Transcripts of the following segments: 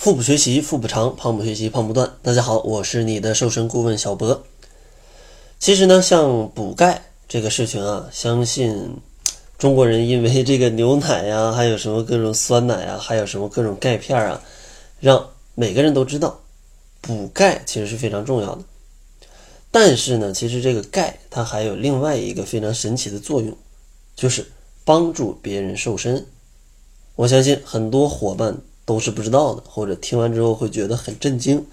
腹部学习腹部长，胖不学习胖不断。大家好，我是你的瘦身顾问小博。其实呢，像补钙这个事情啊，相信中国人因为这个牛奶啊，还有什么各种酸奶啊，还有什么各种钙片啊，让每个人都知道补钙其实是非常重要的。但是呢，其实这个钙它还有另外一个非常神奇的作用，就是帮助别人瘦身。我相信很多伙伴都是不知道的，或者听完之后会觉得很震惊。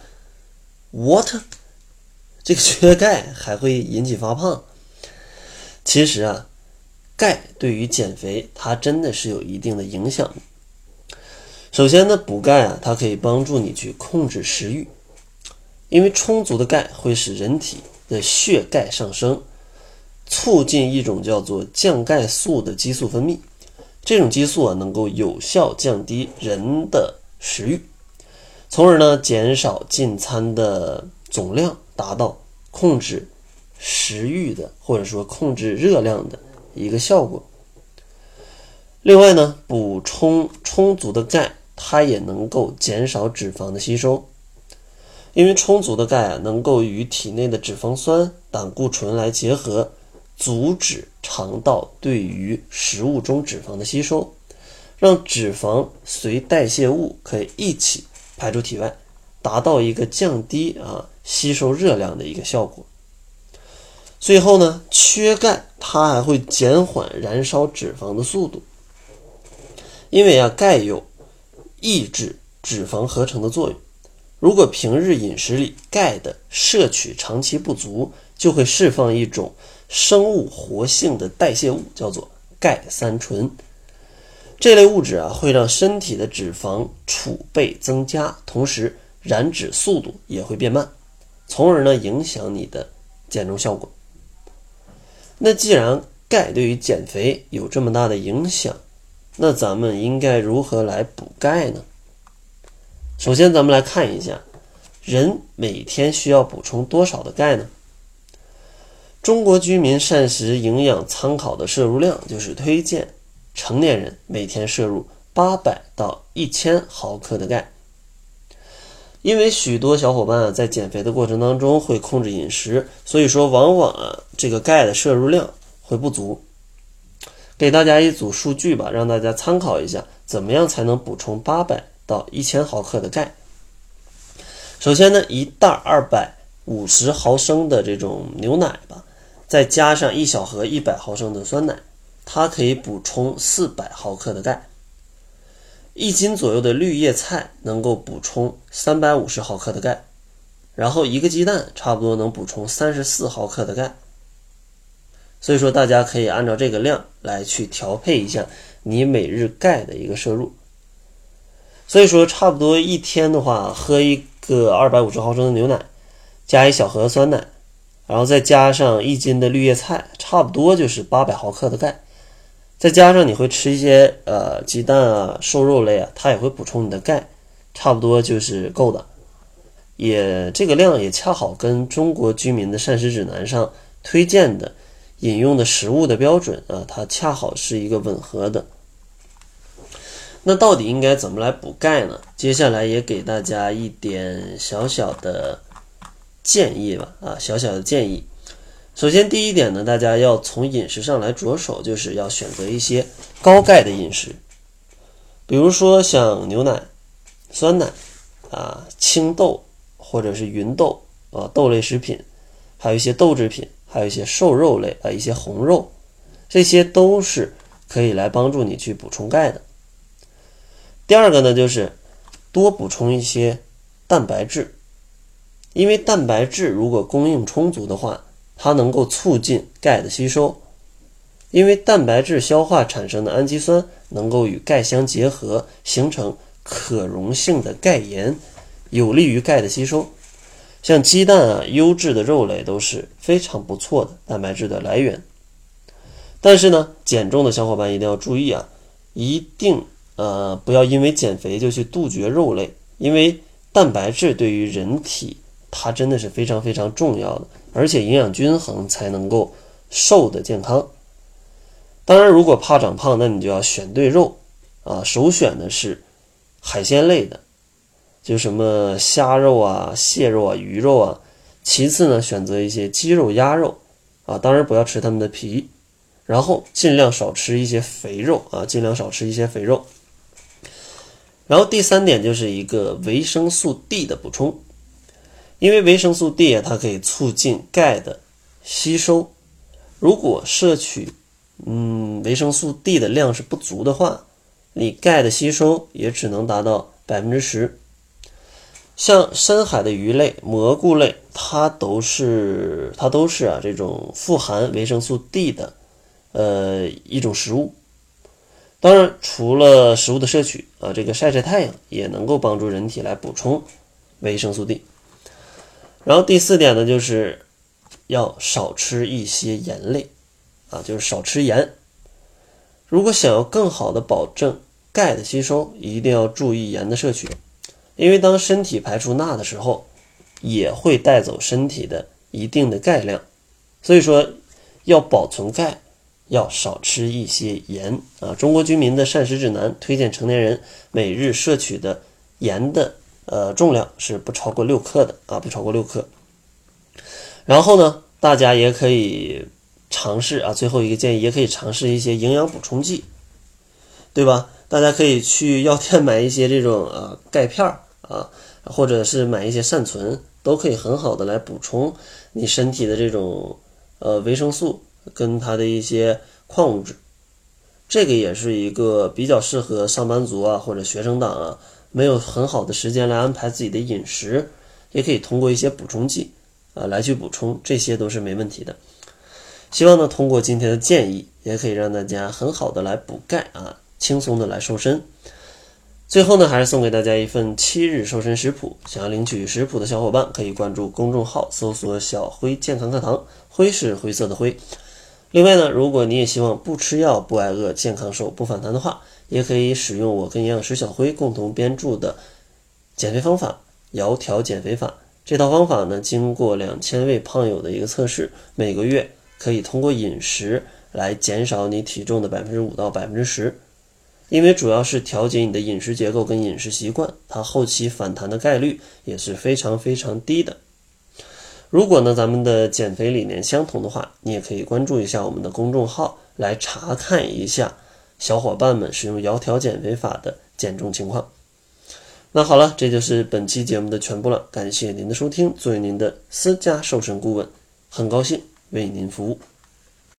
What？ 这个缺钙还会引起发胖？其实啊，钙对于减肥它真的是有一定的影响的。首先呢，补钙啊，它可以帮助你去控制食欲，因为充足的钙会使人体的血钙上升，促进一种叫做降钙素的激素分泌。这种激素啊，能够有效降低人的食欲，从而呢减少进餐的总量，达到控制食欲的或者说控制热量的一个效果。另外呢，补充充足的钙，它也能够减少脂肪的吸收，因为充足的钙啊，能够与体内的脂肪酸、胆固醇来结合，阻止肠道对于食物中脂肪的吸收，让脂肪随代谢物可以一起排出体外，达到一个降低吸收热量的一个效果。最后呢，缺钙它还会减缓燃烧脂肪的速度，因为钙有抑制脂肪合成的作用。如果平日饮食里钙的摄取长期不足，就会释放一种生物活性的代谢物，叫做钙三醇。这类物质啊，会让身体的脂肪储备增加，同时燃脂速度也会变慢，从而呢影响你的减重效果。那既然钙对于减肥有这么大的影响，那咱们应该如何来补钙呢？首先咱们来看一下，人每天需要补充多少的钙呢？中国居民膳食营养参考的摄入量就是推荐成年人每天摄入800到1000毫克的钙。因为许多小伙伴在减肥的过程当中会控制饮食，所以说往往这个钙的摄入量会不足。给大家一组数据吧，让大家参考一下，怎么样才能补充800到1000毫克的钙。首先呢，一袋250毫升的这种牛奶吧，再加上1小盒100毫升的酸奶，它可以补充400毫克的钙。1斤左右的绿叶菜能够补充350毫克的钙，然后1个鸡蛋差不多能补充34毫克的钙。所以说大家可以按照这个量来去调配一下你每日钙的一个摄入。所以说差不多一天的话，喝一个250毫升的牛奶，加1小盒酸奶，然后再加上1斤的绿叶菜，差不多就是800毫克的钙。再加上你会吃一些鸡蛋啊、瘦肉类啊，它也会补充你的钙，差不多就是够的。这个量也恰好跟中国居民的膳食指南上推荐的饮用的食物的标准啊，它恰好是一个吻合的。那到底应该怎么来补钙呢？接下来也给大家一点小小的建议吧，小小的建议。首先第一点呢，大家要从饮食上来着手，就是要选择一些高钙的饮食，比如说像牛奶、酸奶青豆或者是芸豆豆类食品，还有一些豆制品，还有一些瘦肉类一些红肉，这些都是可以来帮助你去补充钙的。第二个呢，就是多补充一些蛋白质，因为蛋白质如果供应充足的话，它能够促进钙的吸收，因为蛋白质消化产生的氨基酸能够与钙相结合，形成可溶性的钙盐，有利于钙的吸收。像鸡蛋优质的肉类都是非常不错的蛋白质的来源。但是呢，减重的小伙伴一定要注意一定不要因为减肥就去杜绝肉类，因为蛋白质对于人体它真的是非常非常重要的，而且营养均衡才能够瘦的健康。当然如果怕长胖，那你就要选对肉首选的是海鲜类的， 就什么虾肉啊、蟹肉啊、鱼肉啊。其次呢，选择一些鸡肉、鸭肉啊，当然不要吃它们的皮。然后尽量少吃一些肥肉啊，尽量少吃一些肥肉。然后第3点就是一个维生素 D 的补充，因为维生素 D 啊，它可以促进钙的吸收。如果摄取维生素 D 的量是不足的话，你钙的吸收也只能达到 10%。像深海的鱼类、蘑菇类，它都是这种富含维生素 D 的一种食物。当然除了食物的摄取啊，这个晒太阳也能够帮助人体来补充维生素 D。然后第4点呢，就是要少吃一些盐类啊，就是少吃盐。如果想要更好的保证钙的吸收，一定要注意盐的摄取，因为当身体排出钠的时候，也会带走身体的一定的钙量。所以说要保存钙，要少吃一些盐啊。中国居民的膳食指南推荐成年人每日摄取的盐的重量是不超过6克的啊，不超过6克。然后呢，大家也可以尝试啊，最后一个建议，也可以尝试一些营养补充剂，对吧？大家可以去药店买一些这种钙片啊，或者是买一些善存，都可以很好的来补充你身体的这种维生素跟它的一些矿物质。这个也是一个比较适合上班族啊或者学生党啊，没有很好的时间来安排自己的饮食，也可以通过一些补充剂来去补充，这些都是没问题的。希望呢通过今天的建议，也可以让大家很好的来补钙啊，轻松的来瘦身。最后呢，还是送给大家一份7日瘦身食谱，想要领取食谱的小伙伴可以关注公众号，搜索小辉健康课堂，辉是灰色的灰。另外呢，如果你也希望不吃药、不挨饿、健康瘦、不反弹的话，也可以使用我跟营养师小辉共同编著的减肥方法窈窕减肥法。这套方法呢，经过2000位胖友的一个测试，每个月可以通过饮食来减少你体重的 5% 到 10%。因为主要是调节你的饮食结构跟饮食习惯，它后期反弹的概率也是非常非常低的。如果呢咱们的减肥理念相同的话，你也可以关注一下我们的公众号，来查看一下小伙伴们使用窈窕减肥法的减重情况。那好了，这就是本期节目的全部了，感谢您的收听。作为您的私家瘦身顾问，很高兴为您服务。